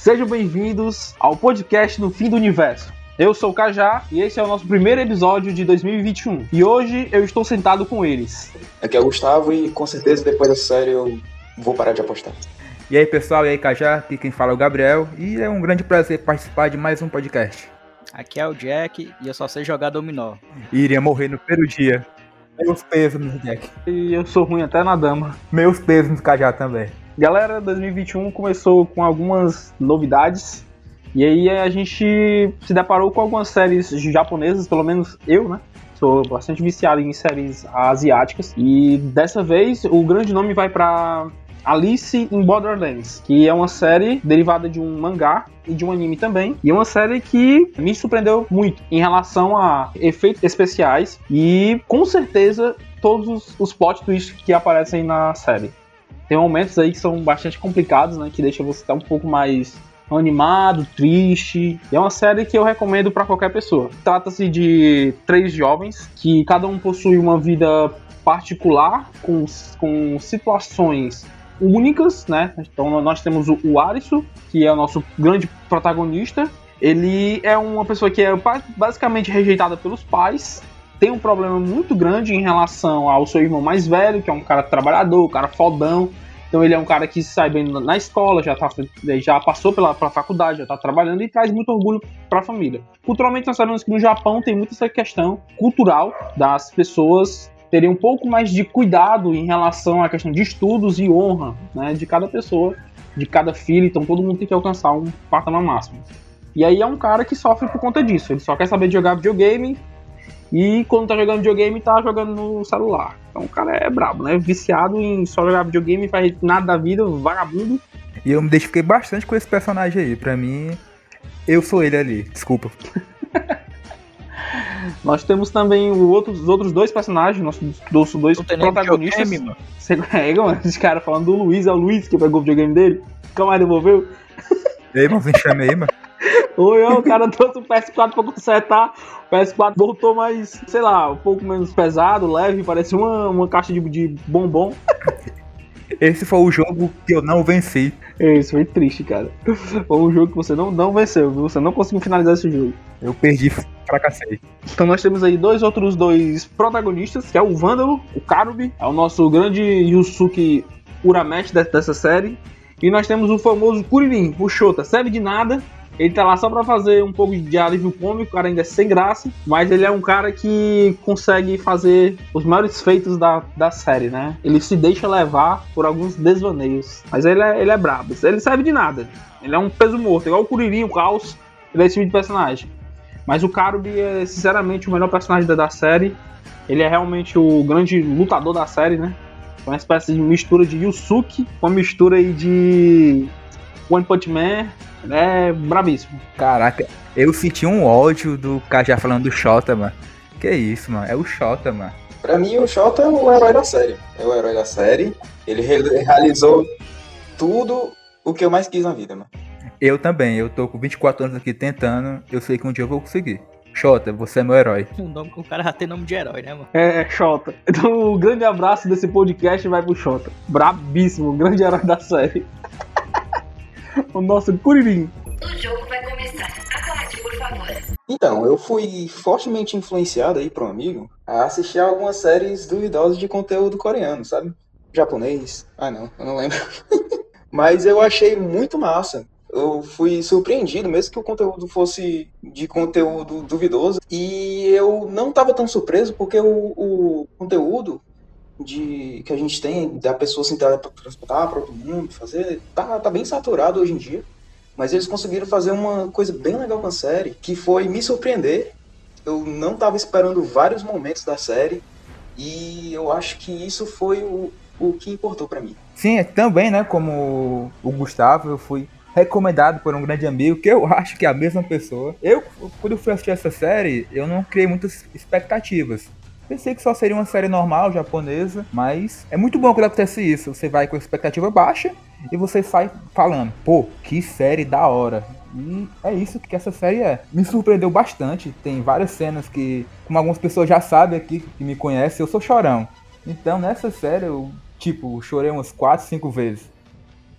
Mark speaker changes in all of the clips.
Speaker 1: Sejam bem-vindos ao podcast do Fim do Universo. Eu sou o Cajá e esse é o nosso primeiro episódio de 2021. E hoje eu estou sentado com eles.
Speaker 2: Aqui é o Gustavo e com certeza depois dessa série eu vou parar de apostar.
Speaker 3: E aí pessoal, e aí Cajá, aqui quem fala é o Gabriel e é um grande prazer participar de mais um podcast.
Speaker 4: Aqui é o Jack e eu só sei jogar dominó.
Speaker 3: Iria morrer no primeiro dia. Meus pêsames, Jack.
Speaker 1: E eu sou ruim até na dama.
Speaker 3: Meus pêsames, Cajá, também.
Speaker 1: Galera, 2021 começou com algumas novidades. E aí a gente se deparou com algumas séries japonesas, pelo menos eu, né? Sou bastante viciado em séries asiáticas. E dessa vez o grande nome vai para Alice in Borderlands, que é uma série derivada de um mangá e de um anime também. E é uma série que me surpreendeu muito em relação a efeitos especiais e com certeza todos os plot twists que aparecem na série. Tem momentos aí que são bastante complicados, né? Que deixa você estar um pouco mais animado, triste. E é uma série que eu recomendo para qualquer pessoa. Trata-se de 3 jovens que cada um possui uma vida particular com situações únicas, né? Então nós temos o Arisu, que é o nosso grande protagonista. Ele é uma pessoa que é basicamente rejeitada pelos pais. Tem um problema muito grande em relação ao seu irmão mais velho, que é um cara trabalhador, um cara fodão. Então ele é um cara que sai bem na escola, já passou pela faculdade, já está trabalhando e traz muito orgulho para a família. Culturalmente nós sabemos que no Japão tem muita essa questão cultural das pessoas terem um pouco mais de cuidado em relação à questão de estudos e honra, né, de cada pessoa, de cada filho. Então todo mundo tem que alcançar um patamar máximo. E aí é um cara que sofre por conta disso. Ele só quer saber de jogar videogame. E quando tá jogando videogame, tá jogando no celular. Então o cara é brabo, né? Viciado em só jogar videogame, faz nada da vida, vagabundo.
Speaker 3: E eu me identifiquei bastante com esse personagem aí. Pra mim, eu sou ele ali. Desculpa.
Speaker 1: Nós temos também os outros 2 personagens, nossos 2 protagonistas. Mano, esse cara falando do Luiz, é o Luiz que pegou o videogame dele. Nunca mais devolveu.
Speaker 3: Ei, mas me chama aí, mano.
Speaker 1: O cara trouxe o PS4 pra consertar. O PS4 voltou mais, sei lá, um pouco menos pesado, leve, parecia uma caixa de bombom.
Speaker 3: Esse foi o jogo que eu não venci.
Speaker 1: Isso foi triste, cara. Foi um jogo que você não venceu, viu? Você não conseguiu finalizar esse jogo.
Speaker 3: Eu perdi, fracassei.
Speaker 1: Então nós temos aí outros dois protagonistas, que é o Vândalo, o Karubi, é o nosso grande Yusuke Urameshi dessa série. E nós temos o famoso Kuririn, o Shota, serve de nada. Ele tá lá só pra fazer um pouco de alívio cômico, o cara ainda é sem graça, mas ele é um cara que consegue fazer os maiores feitos da série, né? Ele se deixa levar por alguns desvaneios, mas ele é brabo, ele serve de nada. Ele é um peso morto, igual o Kuririn, o Caos, ele é esse tipo de personagem. Mas o Karubi é, sinceramente, o melhor personagem da série. Ele é realmente o grande lutador da série, né? É uma espécie de mistura de Yusuke, uma mistura aí de One Punch Man. É brabíssimo.
Speaker 3: Caraca, eu senti um ódio do Cajá falando do Shota, mano. Que isso, mano? É o Shota, mano.
Speaker 2: Pra mim, o Shota é o herói da série. É o herói da série. Ele realizou tudo o que eu mais quis na vida, mano.
Speaker 3: Eu também. Eu tô com 24 anos aqui tentando. Eu sei que um dia eu vou conseguir. Shota, você é meu herói.
Speaker 4: O cara já tem nome de herói, né, mano?
Speaker 1: É Shota. Então, um grande abraço desse podcast vai pro Shota. Brabíssimo, grande herói da série. O nosso Kuririn.
Speaker 5: O jogo vai começar. Aguarde, por favor.
Speaker 2: Então, eu fui fortemente influenciado aí por um amigo a assistir a algumas séries duvidosas de conteúdo coreano, sabe? Japonês. Ah, não, eu não lembro. Mas eu achei muito massa. Eu fui surpreendido, mesmo que o conteúdo fosse de conteúdo duvidoso. E eu não estava tão surpreso, porque o conteúdo que a gente tem da pessoa se transportar para outro mundo, fazer, tá bem saturado hoje em dia. Mas eles conseguiram fazer uma coisa bem legal com a série, que foi me surpreender. Eu não estava esperando vários momentos da série, e eu acho que isso foi o que importou para mim.
Speaker 3: Sim, também, né, como o Gustavo, eu fui recomendado por um grande amigo, que eu acho que é a mesma pessoa. Quando eu fui assistir essa série, eu não criei muitas expectativas. Pensei que só seria uma série normal, japonesa, mas é muito bom quando acontece isso. Você vai com a expectativa baixa e você sai falando, pô, que série da hora. E é isso que essa série é. Me surpreendeu bastante. Tem várias cenas que, como algumas pessoas já sabem aqui, que me conhecem, eu sou chorão. Então nessa série eu, chorei umas 4, 5 vezes.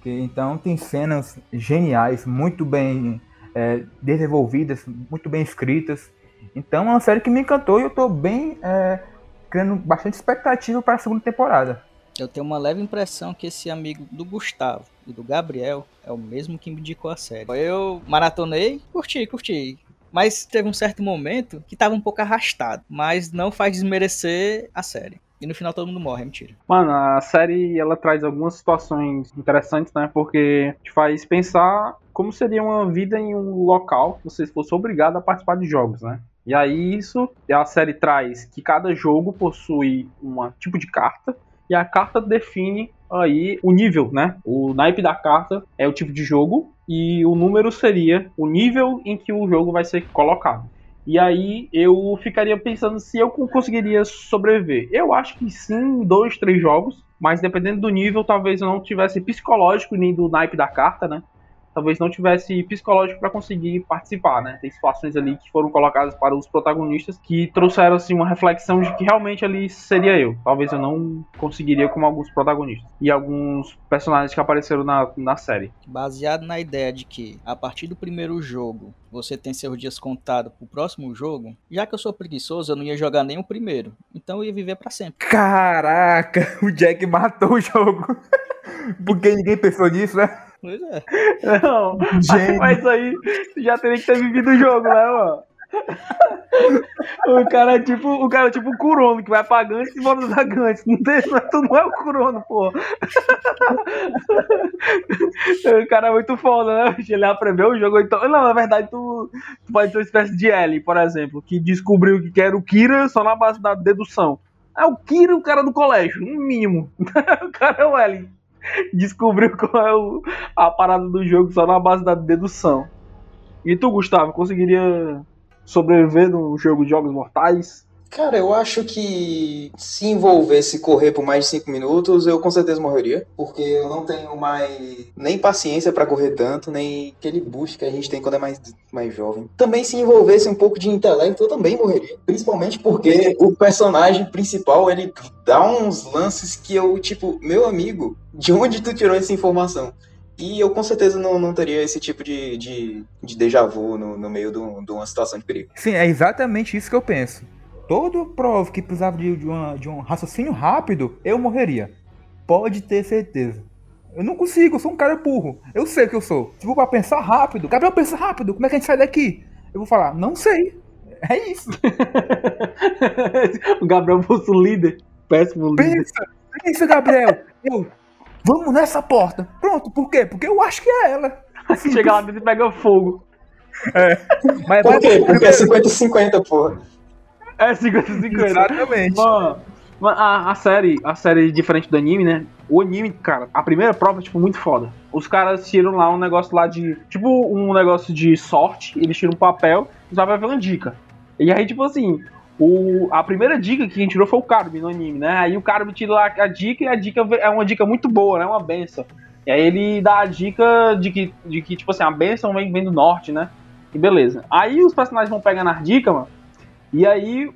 Speaker 3: Então tem cenas geniais, muito bem desenvolvidas, muito bem escritas. Então é uma série que me encantou e eu tô bem criando bastante expectativa para a segunda temporada.
Speaker 4: Eu tenho uma leve impressão que esse amigo do Gustavo e do Gabriel é o mesmo que me indicou a série. Eu maratonei, curti. Mas teve um certo momento que tava um pouco arrastado. Mas não faz desmerecer a série. E no final todo mundo morre, é mentira.
Speaker 1: Mano, a série, ela traz algumas situações interessantes, né? Porque te faz pensar como seria uma vida em um local que você fosse obrigado a participar de jogos, né? E aí a série traz que cada jogo possui um tipo de carta, e a carta define aí o nível, né? O naipe da carta é o tipo de jogo, e o número seria o nível em que o jogo vai ser colocado. E aí eu ficaria pensando se eu conseguiria sobreviver. Eu acho que sim, 2, 3 jogos, mas dependendo do nível, talvez eu não tivesse psicológico nem do naipe da carta, né? Talvez não tivesse psicológico para conseguir participar, né? Tem situações ali que foram colocadas para os protagonistas que trouxeram assim uma reflexão de que realmente ali seria eu. Talvez eu não conseguiria como alguns protagonistas e alguns personagens que apareceram na série.
Speaker 4: Baseado na ideia de que a partir do primeiro jogo você tem seus dias contados pro próximo jogo, já que eu sou preguiçoso, eu não ia jogar nem o primeiro. Então eu ia viver para sempre.
Speaker 3: Caraca, o Jack matou o jogo. Porque ninguém pensou nisso, né?
Speaker 4: Pois é.
Speaker 1: Não,
Speaker 3: Gente.
Speaker 1: mas aí já teria que ter vivido o jogo, né, mano? O cara é tipo o Kurono, que vai pra Gantz e volta da Gantz. Tu não é o Kurono, pô. O cara é muito foda, né? Ele aprendeu o jogo. Então, não, na verdade, tu pode ser uma espécie de Ellie, por exemplo, que descobriu que era o Kira só na base da dedução. É o Kira, o cara do colégio, no mínimo. O cara é o Ellie. Descobriu qual é a parada do jogo só na base da dedução. E tu, Gustavo, conseguiria sobreviver num jogo de jogos mortais?
Speaker 2: Cara, eu acho que se envolvesse correr por mais de 5 minutos, eu com certeza morreria. Porque eu não tenho mais nem paciência pra correr tanto, nem aquele boost que a gente tem quando é mais jovem. Também se envolvesse um pouco de intelecto, eu também morreria. Principalmente porque o personagem principal, ele dá uns lances que eu, tipo, meu amigo, de onde tu tirou essa informação? E eu com certeza não teria esse tipo de déjà vu no meio de uma situação de perigo.
Speaker 3: Sim, é exatamente isso que eu penso. Todo prova que precisava de um raciocínio rápido, eu morreria. Pode ter certeza. Eu não consigo, eu sou um cara burro. Eu sei o que eu sou. Se for pra pensar rápido, Gabriel, pensa rápido, como é que a gente sai daqui? Eu vou falar, não sei. É isso.
Speaker 1: O Gabriel fosse o líder. Péssimo líder.
Speaker 3: Pensa, Gabriel. Vamos nessa porta. Pronto, por quê? Porque eu acho que é ela.
Speaker 1: Assim, chega lá dentro e pega fogo.
Speaker 3: Mas
Speaker 2: por quê? Porque é 50-50, porra.
Speaker 1: É 50-50.
Speaker 3: Exatamente.
Speaker 1: Mano, a série diferente do anime, né? O anime, cara, a primeira prova é, tipo, muito foda. Os caras tiram lá um negócio lá de... Tipo, um negócio de sorte. Eles tiram um papel e o papel vê uma dica. E aí, tipo assim... A primeira dica que a gente tirou foi o Carby no anime, né? Aí o Carby tira lá a dica e a dica é uma dica muito boa, né? Uma benção. E aí ele dá a dica de que tipo assim, a benção vem do norte, né? E beleza. Aí os personagens vão pegando as dicas, mano. E aí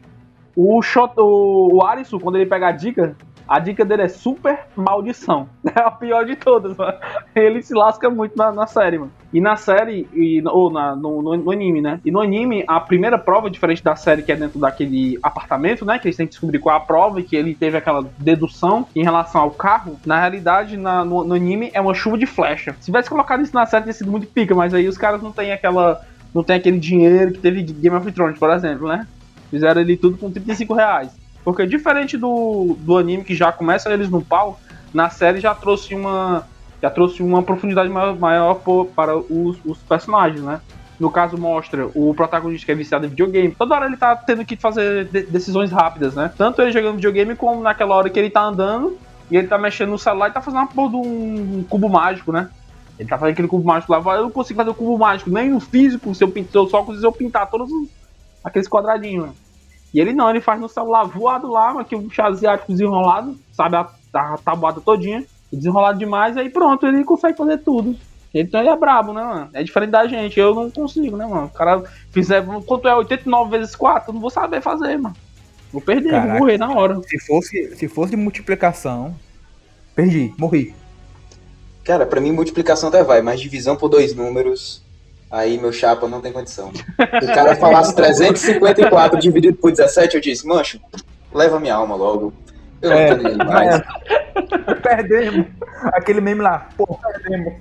Speaker 1: o Arisu, quando ele pega a dica dele é super maldição. É a pior de todas, mano. Ele se lasca muito na série, mano. E na série, no anime, né? E no anime, a primeira prova, diferente da série, que é dentro daquele apartamento, né? Que eles têm que descobrir qual é a prova e que ele teve aquela dedução em relação ao carro. Na realidade, no anime, é uma chuva de flecha. Se tivesse colocado isso na série, teria sido muito pica, mas aí os caras não têm aquele dinheiro que teve Game of Thrones, por exemplo, né? Fizeram ele tudo com R$35. Porque diferente do anime, que já começa eles no pau, na série já trouxe uma profundidade maior para os personagens, né? No caso, mostra o protagonista que é viciado em videogame. Toda hora ele tá tendo que fazer decisões rápidas, né? Tanto ele jogando videogame, como naquela hora que ele tá andando e ele tá mexendo no celular e tá fazendo uma porra de um cubo mágico, né? Ele tá fazendo aquele cubo mágico lá. Eu não consigo fazer o cubo mágico, nem no físico, se eu só consigo pintar todos aqueles quadradinhos, né? E ele não, ele faz no celular voado lá, mas que o chá asiático desenrolado, sabe, a tabuada todinha, desenrolado demais, aí pronto, ele consegue fazer tudo. Então ele é brabo, né, mano? É diferente da gente, eu não consigo, né, mano? O cara fizer, quanto é 89 vezes 4, eu não vou saber fazer, mano. Vou perder,
Speaker 3: Caraca,
Speaker 1: vou morrer na hora.
Speaker 3: Se fosse de multiplicação, perdi, morri.
Speaker 2: Cara, pra mim multiplicação até vai, mas divisão por 2 números, aí meu chapa não tem condição. Se o cara falasse 354 dividido por 17, eu disse, mancho, leva minha alma logo. Eu não tô nem mais.
Speaker 3: Perdemos. Aquele meme lá, pô, perdemos.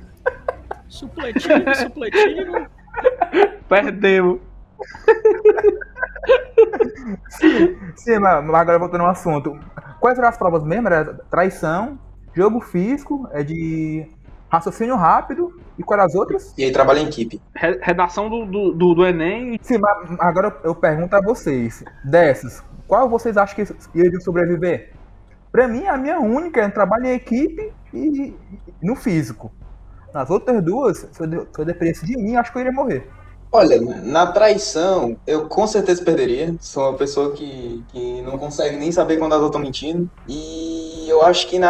Speaker 4: Supletivo.
Speaker 1: Perdemos.
Speaker 3: Sim, mas agora voltando ao assunto. Quais eram as provas mesmo? Era traição, jogo físico, de raciocínio rápido e quais eram as outras?
Speaker 2: E aí trabalha em equipe.
Speaker 1: Redação do Enem.
Speaker 3: Sim, mas agora eu pergunto a vocês, dessas, qual vocês acham que iriam sobreviver? Pra mim, a minha única é trabalho em equipe e no físico. Nas outras duas, se eu dependesse de mim, acho que eu iria morrer.
Speaker 2: Olha, na traição, eu com certeza perderia. Sou uma pessoa que não consegue nem saber quando as outras estão mentindo. E eu acho que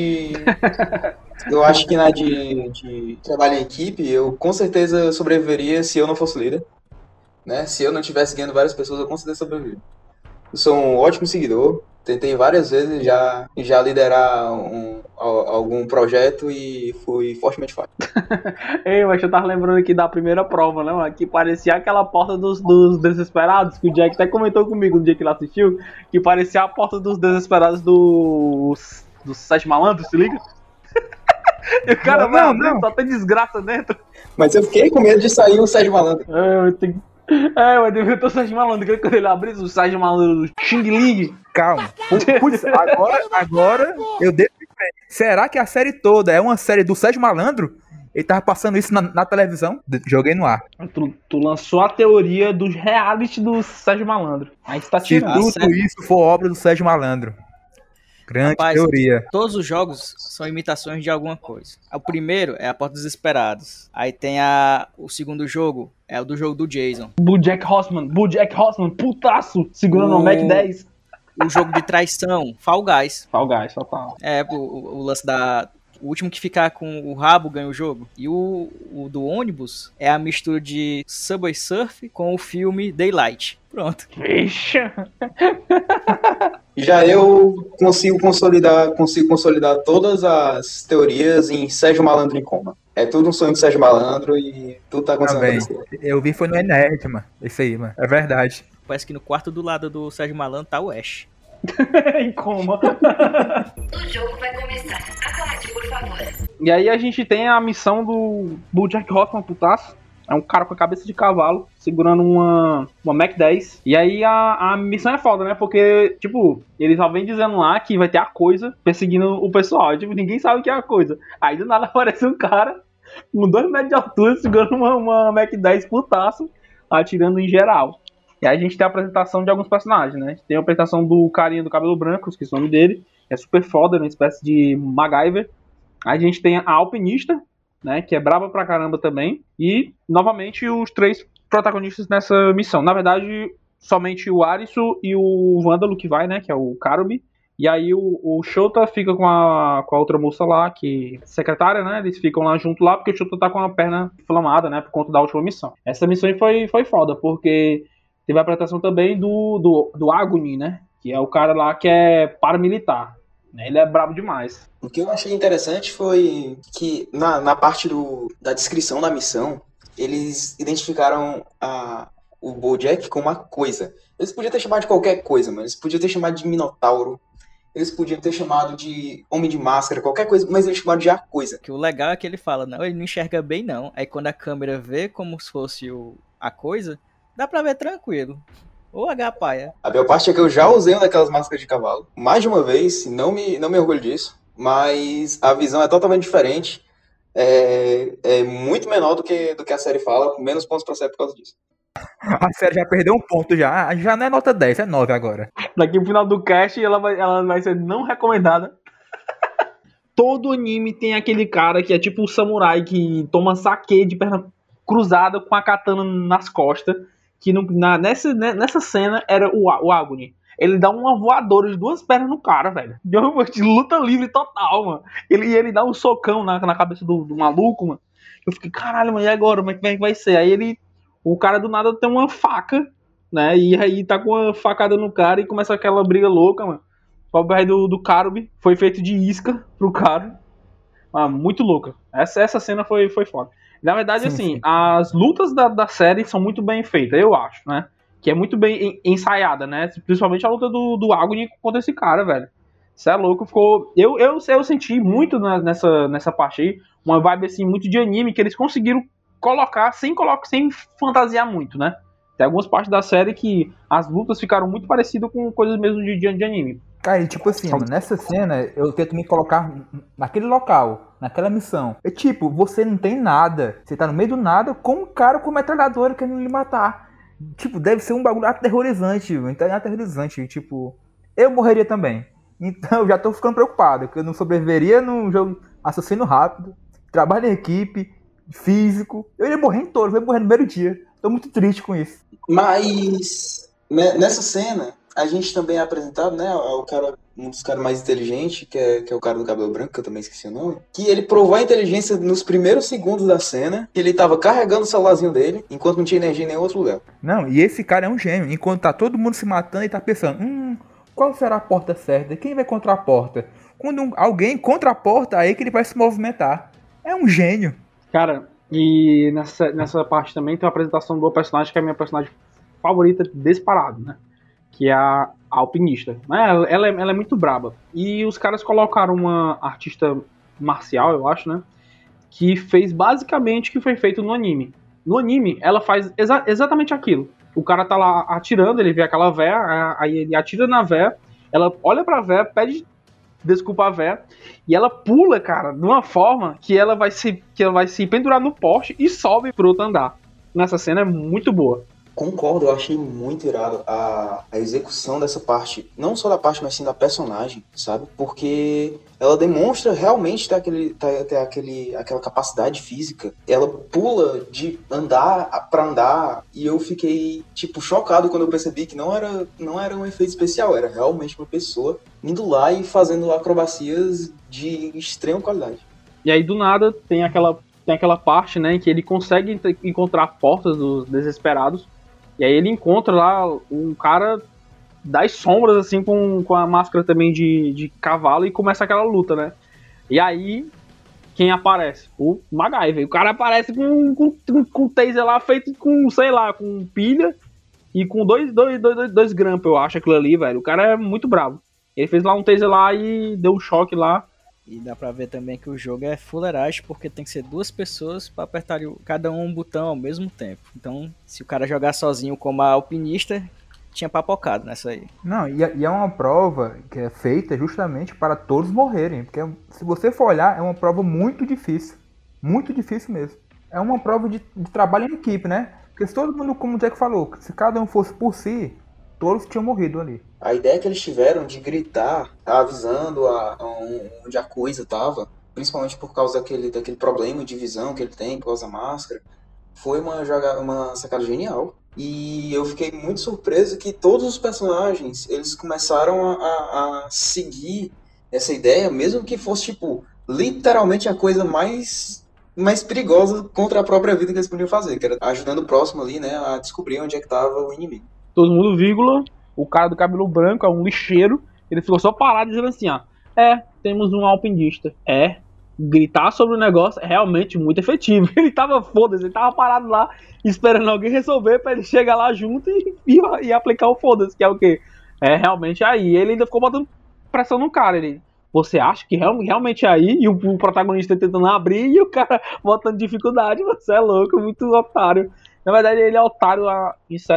Speaker 2: de trabalho em equipe, eu com certeza sobreviveria se eu não fosse líder. Né? Se eu não estivesse ganhando várias pessoas, eu com certeza sobreviveria. Eu sou um ótimo seguidor. Tentei várias vezes já liderar algum projeto e fui fortemente falho.
Speaker 1: Ei, mas eu tava lembrando aqui da primeira prova, né, mano? Que parecia aquela porta dos desesperados, que o Jack até comentou comigo no dia que ele assistiu, que parecia a porta dos desesperados dos Sete Malandros, se liga? E o cara vai abrindo, só tem desgraça dentro.
Speaker 2: Mas eu fiquei com medo de sair o Sérgio Malandro.
Speaker 1: Mas inventou o Sérgio Malandro, quando ele abriu o Sérgio Malandro, Xing Ling.
Speaker 3: Calma. Putz, agora eu devo ver. Será que a série toda é uma série do Sérgio Malandro? Ele tava passando isso na televisão? Joguei no ar.
Speaker 1: Tu lançou a teoria dos reality do Sérgio Malandro. Aí tu tá
Speaker 3: Se
Speaker 1: tirando.
Speaker 3: tudo isso for obra do Sérgio Malandro. Grande
Speaker 4: Rapaz,
Speaker 3: teoria.
Speaker 4: Todos os jogos são imitações de alguma coisa. O primeiro é a Porta dos Esperados. Aí tem o segundo jogo, é o do jogo do Jason.
Speaker 1: BoJack Horseman, putaço, segurando o Mac 10.
Speaker 4: O jogo de traição, Fall Guys.
Speaker 1: Fall Guys, total.
Speaker 4: É, o lance o último que ficar com o rabo ganha o jogo. E o do ônibus é a mistura de Subway Surf com o filme Daylight. Pronto.
Speaker 1: Vixe.
Speaker 2: Já eu consigo consolidar todas as teorias em Sérgio Malandro em coma. É tudo um sonho de Sérgio Malandro e tudo tá acontecendo.
Speaker 3: Eu vi foi no Enerd, mano. Isso aí, mano. É verdade.
Speaker 4: Parece que no quarto do lado do Sérgio Malandro tá o Ash.
Speaker 1: Em coma.
Speaker 5: O jogo vai começar. Aguarde, por favor.
Speaker 1: E aí a gente tem a missão do BoJack Horseman, putaço. É um cara com a cabeça de cavalo, segurando uma Mac 10. E aí a missão é foda, né? Porque, tipo, eles só vem dizendo lá que vai ter a coisa perseguindo o pessoal. E, tipo, ninguém sabe o que é a coisa. Aí do nada aparece um cara com 2 metros de altura, segurando uma Mac 10 putaço, atirando em geral. E aí a gente tem a apresentação de alguns personagens, né? Tem a apresentação do carinha do cabelo branco, esqueci o nome dele. É super foda, uma espécie de MacGyver. Aí a gente tem a alpinista, né, que é braba pra caramba também. E, novamente, os 3 protagonistas nessa missão. Na verdade, somente o Arisu e o Vândalo que vai, né, que é o Karubi. E aí o Shota fica com a outra moça lá, que é secretária, né, eles ficam lá junto lá, porque o Shota tá com a perna inflamada, né, por conta da última missão. Essa missão foi foda, porque teve a apresentação também do Agony, né, que é o cara lá que é paramilitar. Ele é brabo demais.
Speaker 2: O que eu achei interessante foi que na parte da descrição da missão, eles identificaram o BoJack como uma coisa. Eles podiam ter chamado de qualquer coisa, mano. Eles podiam ter chamado de Minotauro. Eles podiam ter chamado de Homem de Máscara, qualquer coisa, mas eles chamaram de a coisa.
Speaker 4: Que o legal é que ele fala, não, ele não enxerga bem não. Aí quando a câmera vê como se fosse a coisa, dá pra ver tranquilo. Ou agapaia.
Speaker 2: A pior parte é que eu já usei uma daquelas máscaras de cavalo. Mais de uma vez, não me orgulho disso. Mas a visão é totalmente diferente. É muito menor do que a série fala. Menos pontos pra série por causa disso.
Speaker 3: A série já perdeu um ponto já. Já não é nota 10, é 9 agora.
Speaker 1: Daqui no final do cast ela vai ser não recomendada. Todo anime tem aquele cara que é tipo o samurai que toma saque de perna cruzada com a katana nas costas. Que nessa cena era o Agony. Ele dá uma voadora de 2 pernas no cara, velho. De luta livre total, mano. Ele dá um socão na cabeça do maluco, mano. Eu fiquei, caralho, mano, e agora? Como é que vai ser? Aí o cara do nada tem uma faca, né? E aí tá com uma facada no cara e começa aquela briga louca, mano. O pobre do Karubi foi feito de isca pro cara. muito louca. Essa cena foi foda. Na verdade,
Speaker 3: Sim,
Speaker 1: assim,
Speaker 3: sim.
Speaker 1: as lutas da série são muito bem feitas, eu acho, né? Que é muito bem ensaiada, né? Principalmente a luta do Agni contra esse cara, velho. Você é louco, ficou. Eu senti muito nessa parte aí uma vibe assim, muito de anime, que eles conseguiram colocar sem fantasiar muito, né? Tem algumas partes da série que as lutas ficaram muito parecidas com coisas mesmo de anime.
Speaker 3: Cara, e tipo assim, mano, nessa cena eu tento me colocar naquele local, naquela missão. É tipo, você não tem nada, você tá no meio do nada com um cara com metralhadora querendo lhe matar. Tipo, deve ser um bagulho aterrorizante, velho, então é aterrorizante. Tipo, eu morreria também. Então eu já tô ficando preocupado, que eu não sobreviveria num jogo assassino rápido, trabalho em equipe, físico. Eu ia morrer em todos, eu ia morrer no primeiro dia. Tô muito triste com isso.
Speaker 2: Mas nessa cena, a gente também é apresentado, né, ao cara, um dos caras mais inteligentes, que é o cara do cabelo branco, que eu também esqueci o nome, que ele provou a inteligência nos primeiros segundos da cena, que ele tava carregando o celularzinho dele, enquanto não tinha energia em nenhum outro lugar.
Speaker 3: Não, e esse cara é um gênio. Enquanto tá todo mundo se matando, ele tá pensando, qual será a porta certa? Quem vai contra a porta? Quando alguém contra a porta, aí que ele vai se movimentar. É um gênio.
Speaker 1: Cara, e nessa parte também tem uma apresentação do personagem que é a minha personagem favorita disparado, né? Que é a alpinista. Ela é muito braba. E os caras colocaram uma artista marcial, eu acho, né? Que fez basicamente o que foi feito no anime. No anime, ela faz exatamente aquilo. O cara tá lá atirando, ele vê aquela véia, aí ele atira na véia, ela olha pra véia, pede desculpa a véia, e ela pula, cara, de uma forma que ela vai se pendurar no poste e sobe pro outro andar. Nessa cena é muito boa.
Speaker 2: Concordo, eu achei muito irado a execução dessa parte, não só da parte, mas sim da personagem, sabe? Porque ela demonstra realmente ter aquela capacidade física. Ela pula de andar pra andar e eu fiquei, tipo, chocado quando eu percebi que não era um efeito especial, era realmente uma pessoa indo lá e fazendo acrobacias de extrema qualidade.
Speaker 1: E aí, do nada, tem aquela parte, né, em que ele consegue encontrar portas dos desesperados. E aí ele encontra lá um cara das sombras, assim, com a máscara também de cavalo, e começa aquela luta, né? E aí, quem aparece? O MacGyver. O cara aparece com taser lá, feito com, sei lá, com pilha e com dois grampos, eu acho, aquilo ali, velho. O cara é muito bravo. Ele fez lá um taser lá e deu um choque lá.
Speaker 4: E dá pra ver também que o jogo é fuleiragem, porque tem que ser duas pessoas pra apertar cada um botão ao mesmo tempo. Então, se o cara jogar sozinho como a alpinista, tinha papocado nessa aí.
Speaker 3: Não, e é uma prova que é feita justamente para todos morrerem. Porque se você for olhar, é uma prova muito difícil. Muito difícil mesmo. É uma prova de trabalho em equipe, né? Porque se todo mundo, como o Jack falou, se cada um fosse por si, todos tinham morrido ali.
Speaker 2: A ideia que eles tiveram de gritar, avisando onde a coisa estava, principalmente por causa daquele problema de visão que ele tem por causa da máscara, foi uma sacada genial. E eu fiquei muito surpreso que todos os personagens, eles começaram a seguir essa ideia, mesmo que fosse, tipo, literalmente a coisa mais perigosa contra a própria vida que eles podiam fazer, que era ajudando o próximo ali, né, a descobrir onde é que estava o inimigo.
Speaker 1: Todo mundo, vírgula, o cara do cabelo branco é um lixeiro, ele ficou só parado dizendo assim, ó, temos um alpinista. Gritar sobre o negócio é realmente muito efetivo. Ele tava, foda-se, ele tava parado lá, esperando alguém resolver pra ele chegar lá junto e aplicar o foda-se, que é o quê? É realmente aí. Ele ainda ficou botando pressão no cara, você acha que realmente é aí? E o protagonista tentando abrir e o cara botando dificuldade, você é louco, muito otário. Na verdade, ele é otário a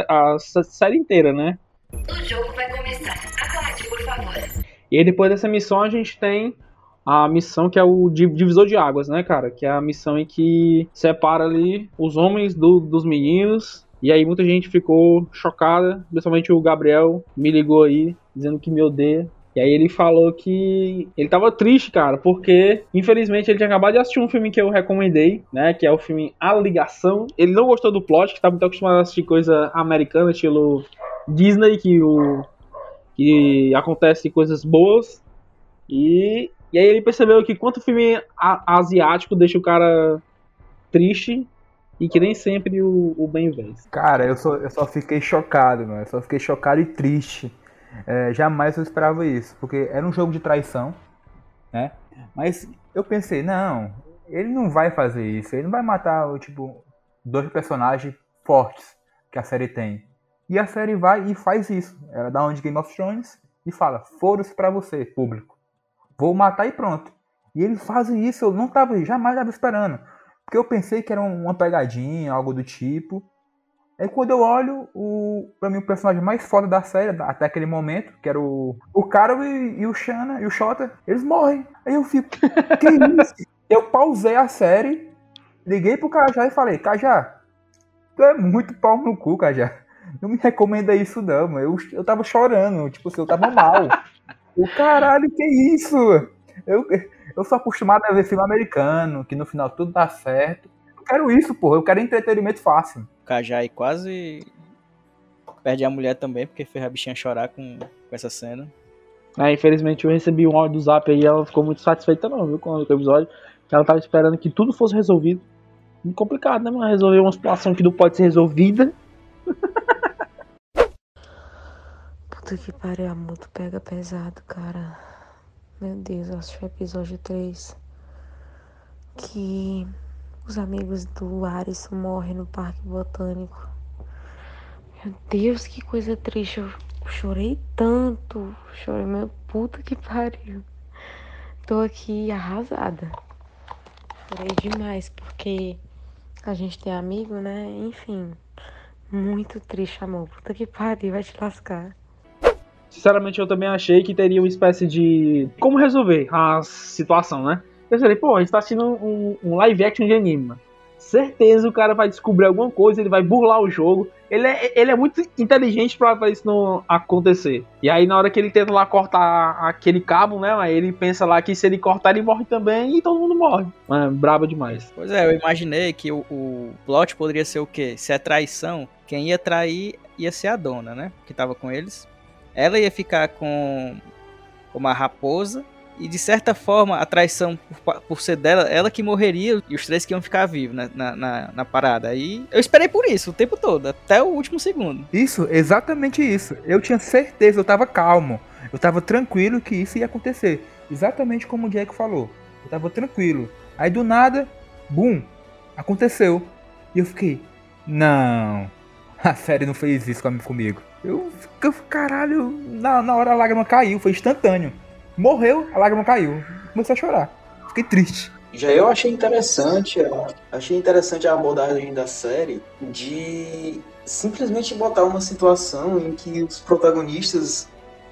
Speaker 1: série inteira, né?
Speaker 5: O jogo vai começar. Aguarde, por favor.
Speaker 1: E aí, depois dessa missão, a gente tem a missão que é o divisor de águas, né, cara? Que é a missão em que separa ali os homens dos meninos. E aí muita gente ficou chocada, principalmente o Gabriel me ligou aí, dizendo que me odeia. E aí ele falou que ele tava triste, cara, porque infelizmente ele tinha acabado de assistir um filme que eu recomendei, né, que é o filme A Ligação. Ele não gostou do plot, que tá muito acostumado a assistir coisa americana, estilo Disney, que acontece coisas boas. E aí ele percebeu que quanto filme asiático deixa o cara triste e que nem sempre o bem vence.
Speaker 3: Cara, eu só fiquei chocado, mano. Eu só fiquei chocado e triste. Jamais eu esperava isso, porque era um jogo de traição, né? Mas eu pensei, não, ele não vai fazer isso. Ele não vai matar, tipo, 2 personagens fortes que a série tem. E a série vai e faz isso. Ela dá um de Game of Thrones e fala, foda-se pra você, público. Vou matar e pronto. E eles fazem isso, eu jamais estava esperando. Porque eu pensei que era uma pegadinha, algo do tipo. Aí quando eu olho, pra mim o personagem mais foda da série, até aquele momento, que era o Carol e o Shanna e o Shota, eles morrem. Aí eu fico, que isso? Eu pausei a série, liguei pro Cajá e falei, Cajá, tu é muito pau no cu, Cajá. Não me recomenda isso não, mano. Eu tava chorando, tipo assim, eu tava mal. O caralho, que isso? Eu sou acostumado a ver filme americano, que no final tudo dá certo. Eu quero isso, porra. Eu quero entretenimento fácil.
Speaker 4: O Kajai quase perde a mulher também, porque fez a bichinha chorar com essa cena.
Speaker 1: Infelizmente eu recebi um áudio do Zap aí e ela ficou muito satisfeita não, viu, com o episódio. Ela tava esperando que tudo fosse resolvido. Muito complicado, né, mano? Resolver uma situação que não pode ser resolvida.
Speaker 6: Puta que pariu, a moto pega pesado, cara. Meu Deus, eu acho que foi o episódio 3. Que os amigos do Arisson morrem no Parque Botânico. Meu Deus, que coisa triste. Eu chorei tanto. Chorei, meu puta que pariu. Tô aqui arrasada. Chorei demais, porque a gente tem amigo, né? Enfim, muito triste, amor. Puta que pariu, vai te lascar.
Speaker 1: Sinceramente, eu também achei que teria uma espécie de... como resolver a situação, né? Eu falei, pô, a gente tá assistindo um live action de anime, mano. Certeza o cara vai descobrir alguma coisa, ele vai burlar o jogo. Ele é muito inteligente pra isso não acontecer. E aí, na hora que ele tenta lá cortar aquele cabo, né? Aí ele pensa lá que se ele cortar, ele morre também e todo mundo morre. Mano, brabo demais.
Speaker 4: Pois é, eu imaginei que o plot poderia ser o quê? Se é traição, quem ia trair ia ser a dona, né? Que tava com eles. Ela ia ficar com uma raposa. E de certa forma, a traição por ser dela, ela que morreria e os 3 que iam ficar vivos na parada. Aí eu esperei por isso o tempo todo, até o último segundo.
Speaker 3: Isso, exatamente isso. Eu tinha certeza, eu tava calmo. Eu tava tranquilo que isso ia acontecer. Exatamente como o Jack falou. Eu tava tranquilo. Aí do nada, bum, aconteceu. E eu fiquei, não, a série não fez isso comigo. Eu caralho, na hora a lágrima caiu, foi instantâneo. Morreu, a lágrima caiu. Comecei a chorar. Fiquei triste.
Speaker 2: Já eu achei interessante a abordagem da série de simplesmente botar uma situação em que os protagonistas,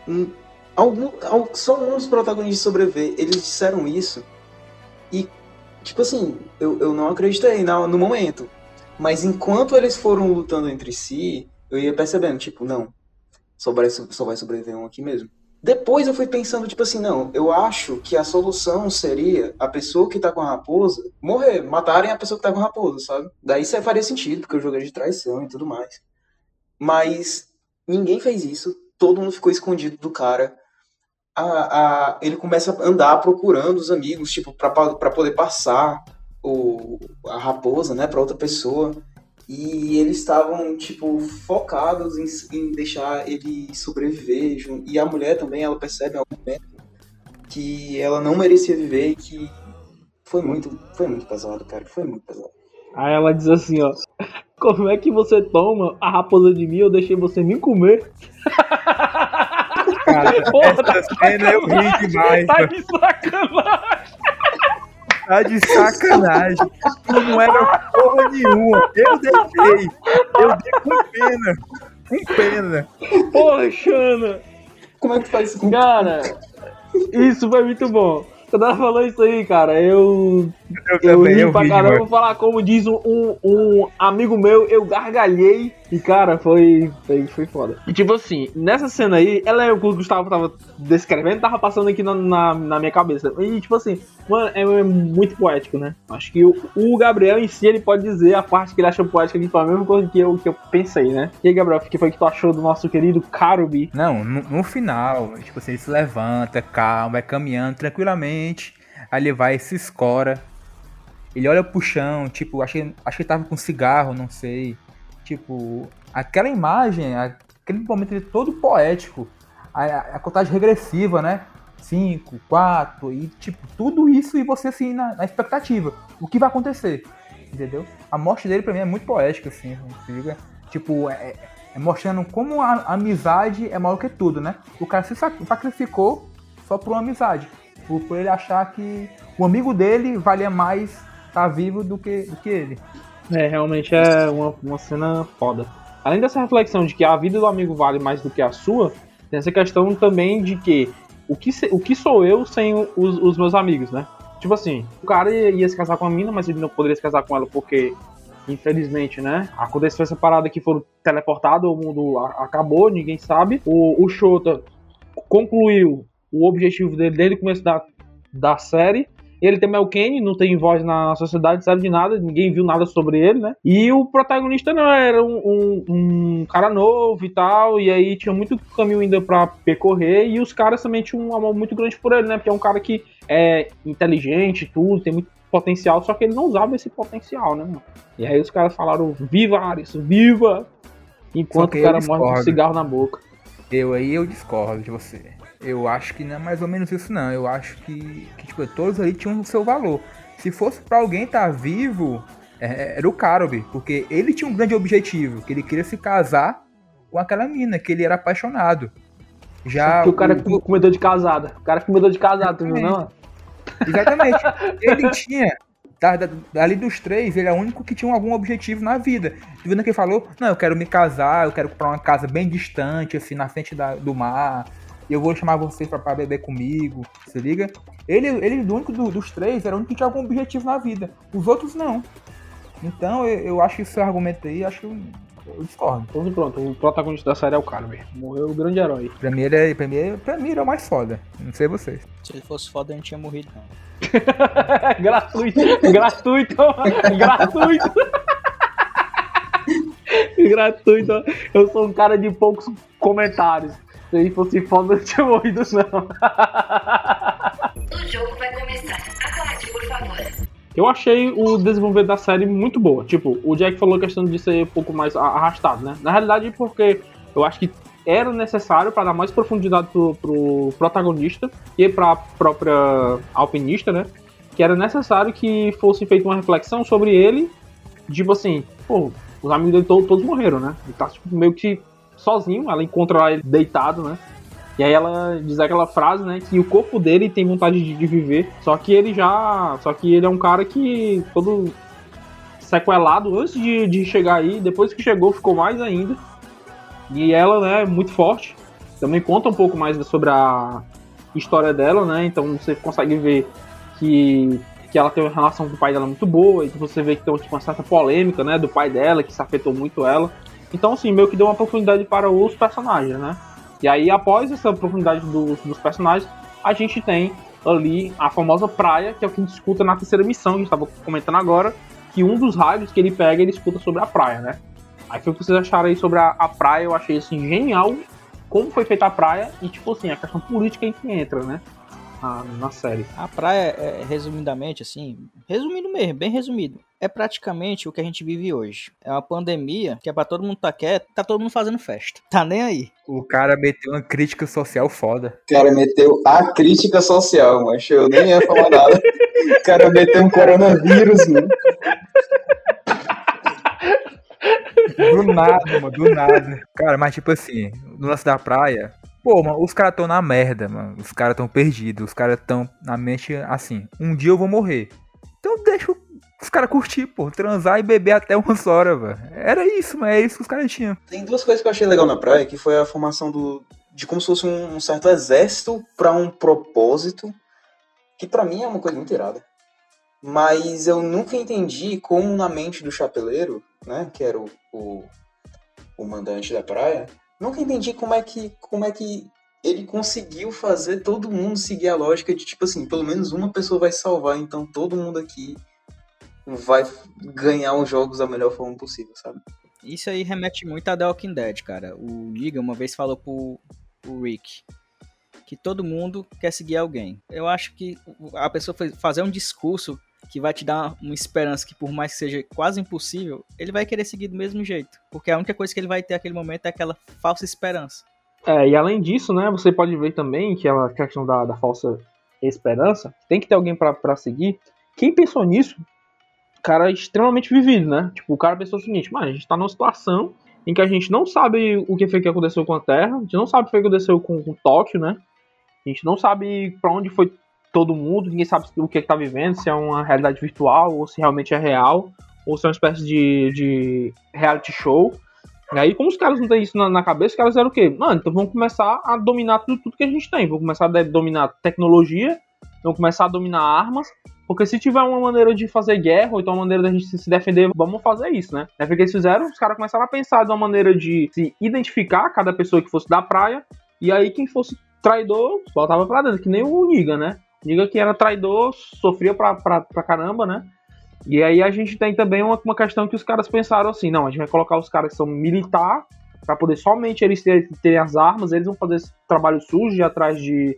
Speaker 2: só um dos protagonistas sobreviver. Eles disseram isso e, tipo assim, eu não acreditei no momento. Mas enquanto eles foram lutando entre si, eu ia percebendo, tipo, não, só vai sobreviver um aqui mesmo. Depois eu fui pensando, tipo assim, não, eu acho que a solução seria a pessoa que tá com a raposa morrer, matarem a pessoa que tá com a raposa, sabe? Daí isso faria sentido, porque o jogo é de traição e tudo mais. Mas ninguém fez isso, todo mundo ficou escondido do cara. Ele começa a andar procurando os amigos, tipo, pra poder passar a raposa, né, pra outra pessoa. E eles estavam, tipo, focados em deixar ele sobreviver. E a mulher também, ela percebe em algum momento que ela não merecia viver e que foi muito pesado, cara. Foi muito pesado.
Speaker 1: Aí ela diz assim, ó, como é que você toma a raposa de mim? Eu deixei você me comer.
Speaker 3: Cara, essa cena eu ri demais.
Speaker 1: Tá de sacanagem.
Speaker 3: Tá de sacanagem. Não era porra nenhuma. Eu dei com pena.
Speaker 1: Porra, Xana.
Speaker 2: Como é que faz isso com
Speaker 1: Cara, isso foi muito bom. Quando ela falou isso aí, cara, eu ri pra caramba. Vou falar como diz um amigo meu, eu gargalhei. E, cara, foi foda. E, tipo assim, nessa cena aí, ela é o que o Gustavo tava descrevendo, tava passando aqui na minha cabeça. E, tipo assim, mano, é muito poético, né? Acho que o Gabriel em si, ele pode dizer a parte que ele achou poética, que foi a mesma coisa que eu pensei, né? E aí, Gabriel, o que foi que tu achou do nosso querido Carubi?
Speaker 3: Não, no final, tipo assim, ele se levanta, calma, vai caminhando tranquilamente. Aí ele vai e se escora. Ele olha pro chão, tipo, acho que ele tava com cigarro, não sei. Tipo, aquela imagem, aquele momento todo poético, a contagem regressiva, né? 5, 4, e tipo, tudo isso e você assim na expectativa. O que vai acontecer? Entendeu? A morte dele pra mim é muito poética, assim, se liga? Tipo, é mostrando como a amizade é maior que tudo, né? O cara se sacrificou só por uma amizade. Por ele achar que o amigo dele valia mais estar vivo do que ele.
Speaker 1: Realmente é uma cena foda. Além dessa reflexão de que a vida do amigo vale mais do que a sua, tem essa questão também de que o que sou eu sem os meus amigos, né? Tipo assim, o cara ia se casar com a mina, mas ele não poderia se casar com ela porque, infelizmente, né? Aconteceu essa parada que foram teleportados, o mundo acabou, ninguém sabe. O Shota concluiu o objetivo dele desde o começo da série. Ele também é o Kenny, não tem voz na sociedade, sabe de nada, ninguém viu nada sobre ele, né? E o protagonista não, era um cara novo e tal, e aí tinha muito caminho ainda pra percorrer, e os caras também tinham um amor muito grande por ele, né? Porque é um cara que é inteligente e tudo, tem muito potencial, só que ele não usava esse potencial, né, mano? E aí os caras falaram, viva Ares, viva! Enquanto o cara morre com um cigarro na boca.
Speaker 3: Eu discordo de você. Eu acho que não é mais ou menos isso, não. Eu acho que tipo, todos ali tinham o seu valor. Se fosse pra alguém estar vivo, era o Karobi, porque ele tinha um grande objetivo, que ele queria se casar com aquela mina, que ele era apaixonado. Já
Speaker 1: que o cara comedor de casada. O cara comedor de casada, tu viu, não?
Speaker 3: Exatamente. Ele tinha... Dali dos três, ele é o único que tinha algum objetivo na vida. Tu vendo que ele falou, não, eu quero me casar, eu quero comprar uma casa bem distante, assim, na frente do mar, e eu vou chamar vocês pra beber comigo, se liga? Ele o único dos três, era o único que tinha algum objetivo na vida. Os outros não. Então, eu acho que esse argumento aí, eu discordo.
Speaker 1: Então pronto, o protagonista da série é o cara mesmo. Morreu o grande herói.
Speaker 3: Pra mim, ele é o mais foda. Não sei vocês.
Speaker 4: Se ele fosse foda, ele não tinha morrido, não.
Speaker 1: gratuito. Gratuito. Eu sou um cara de poucos comentários. Se ele fosse foda, eu não tinha morrido, não.
Speaker 5: O jogo vai começar. Aguarde, por favor.
Speaker 1: Eu achei o desenvolvimento da série muito boa. Tipo, o Jack falou a questão de ser um pouco mais arrastado, né? Na realidade, porque eu acho que era necessário para dar mais profundidade pro protagonista e pra própria alpinista, né? Que era necessário que fosse feita uma reflexão sobre ele, tipo assim, pô, os amigos dele todos morreram, né? Ele tá tipo, meio que sozinho, ela encontra ele deitado, né? E aí ela diz aquela frase, né, que o corpo dele tem vontade de viver, só que ele é um cara que todo sequelado antes de chegar aí, depois que chegou ficou mais ainda. E ela, né, é muito forte. Também conta um pouco mais sobre a história dela, né? Então você consegue ver que ela tem uma relação com o pai dela muito boa, e você vê que tem tipo, uma certa polêmica, né, do pai dela, que se afetou muito ela. Então, assim, meio que deu uma profundidade para os personagens, né? E aí, após essa profundidade dos personagens, a gente tem ali a famosa praia, que é o que a gente escuta na terceira missão, que a gente estava comentando agora, que um dos rádios que ele pega, ele escuta sobre a praia, né? Aí, o que vocês acharam aí sobre a praia, eu achei, assim, genial como foi feita a praia e, tipo assim, a questão política que entra, né? Na série.
Speaker 4: A praia, resumidamente, assim, resumindo mesmo, bem resumido, é praticamente o que a gente vive hoje. É uma pandemia que é pra todo mundo tá quieto, tá todo mundo fazendo festa. Tá nem aí.
Speaker 3: O cara meteu uma crítica social foda.
Speaker 2: O cara meteu a crítica social, mas eu nem ia falar nada. O cara meteu um coronavírus, mano.
Speaker 3: Do nada, mano, do nada. Cara, mas tipo assim, no lance da praia... Pô, mano, os caras tão na merda, mano. Os caras tão perdidos. Os caras tão na mente assim. Um dia eu vou morrer. Então deixa os caras curtir, pô. Transar e beber até umas horas, velho. Era isso, mas é isso que os caras tinham.
Speaker 2: Tem duas coisas que eu achei legal na praia, que foi a formação de como se fosse um certo exército pra um propósito, que pra mim é uma coisa muito irada. Mas eu nunca entendi como na mente do chapeleiro, né, que era o mandante da praia, nunca entendi como é que ele conseguiu fazer todo mundo seguir a lógica de, tipo assim, pelo menos uma pessoa vai salvar, então todo mundo aqui vai ganhar os jogos da melhor forma possível, sabe?
Speaker 4: Isso aí remete muito a The Walking Dead, cara. O Negan uma vez falou pro Rick que todo mundo quer seguir alguém. Eu acho que a pessoa fazer um discurso que vai te dar uma esperança que, por mais que seja quase impossível, ele vai querer seguir do mesmo jeito. Porque a única coisa que ele vai ter naquele momento é aquela falsa esperança.
Speaker 1: E além disso, né, você pode ver também que a questão da falsa esperança, tem que ter alguém pra seguir. Quem pensou nisso, cara é extremamente vivido, né? Tipo, o cara pensou o seguinte, mano, a gente tá numa situação em que a gente não sabe o que foi que aconteceu com a Terra, a gente não sabe o que foi que aconteceu com Tóquio, né? A gente não sabe pra onde foi todo mundo, ninguém sabe o que tá vivendo, se é uma realidade virtual, ou se realmente é real, ou se é uma espécie de reality show. E aí, como os caras não têm isso na cabeça, os caras fizeram o quê? Mano, então vamos começar a dominar tudo que a gente tem. Vamos começar a dominar tecnologia, vamos começar a dominar armas, porque se tiver uma maneira de fazer guerra, ou então uma maneira da gente se defender, vamos fazer isso, né? É porque eles fizeram, os caras começaram a pensar de uma maneira de se identificar cada pessoa que fosse da praia, e aí quem fosse traidor, voltava pra dentro, que nem o Niga, né? O Niga que era traidor, sofria pra caramba, né? E aí a gente tem também uma questão que os caras pensaram assim, não, a gente vai colocar os caras que são militar, pra poder somente eles terem as armas, eles vão fazer esse trabalho sujo de ir atrás de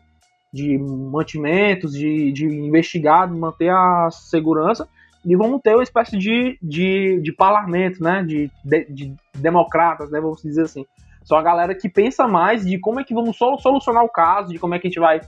Speaker 1: mantimentos, de investigar, manter a segurança, e vamos ter uma espécie de parlamento, né, de democratas, né, vamos dizer assim. São a galera que pensa mais de como é que vamos solucionar o caso, de como é que a gente vai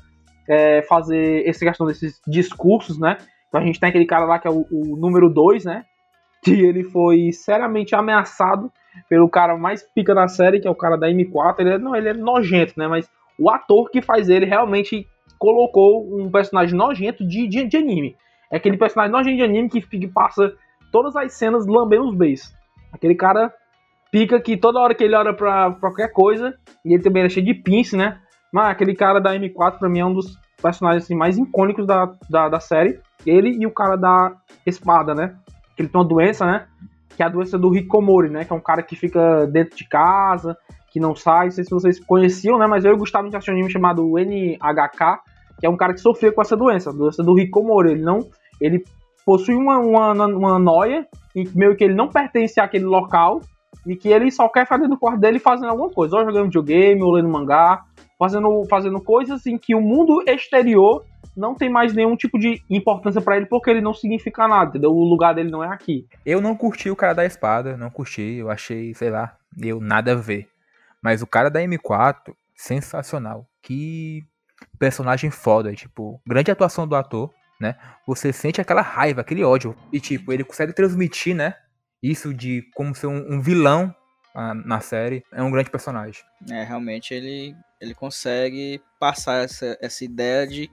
Speaker 1: fazer essa questão desses discursos, né. Então a gente tem aquele cara lá que é o número 2, né, que ele foi seriamente ameaçado pelo cara mais pica da série, que é o cara da M4, ele é nojento, né, mas o ator que faz ele realmente colocou um personagem nojento de anime. É aquele personagem nojento de anime que passa todas as cenas lambendo os beijos. Aquele cara pica que toda hora que ele olha pra qualquer coisa, e ele também é cheio de pince, né? Mas aquele cara da M4 pra mim é um dos personagens assim, mais icônicos da série. Ele e o cara da espada, né? Que ele tem uma doença, né? Que é a doença do Hikomori, né? Que é um cara que fica dentro de casa, que não sai, não sei se vocês conheciam, né? Mas eu e o Gustavo tinha um anime chamado NHK, que é um cara que sofria com essa doença, a doença do Hikomori. Ele possui uma noia, em que meio que ele não pertence àquele local, e que ele só quer fazer do quarto dele fazendo alguma coisa, ou jogando videogame, ou lendo mangá, fazendo coisas em que o mundo exterior não tem mais nenhum tipo de importância pra ele, porque ele não significa nada, entendeu? O lugar dele não é aqui.
Speaker 3: Eu não curti o cara da espada, não curti, eu achei, sei lá, deu nada a ver. Mas o cara da M4, sensacional. Que personagem foda, tipo, grande atuação do ator, né? Você sente aquela raiva, aquele ódio. E tipo, ele consegue transmitir, né? Isso de como ser um vilão na série. É um grande personagem.
Speaker 4: Realmente ele consegue passar essa ideia de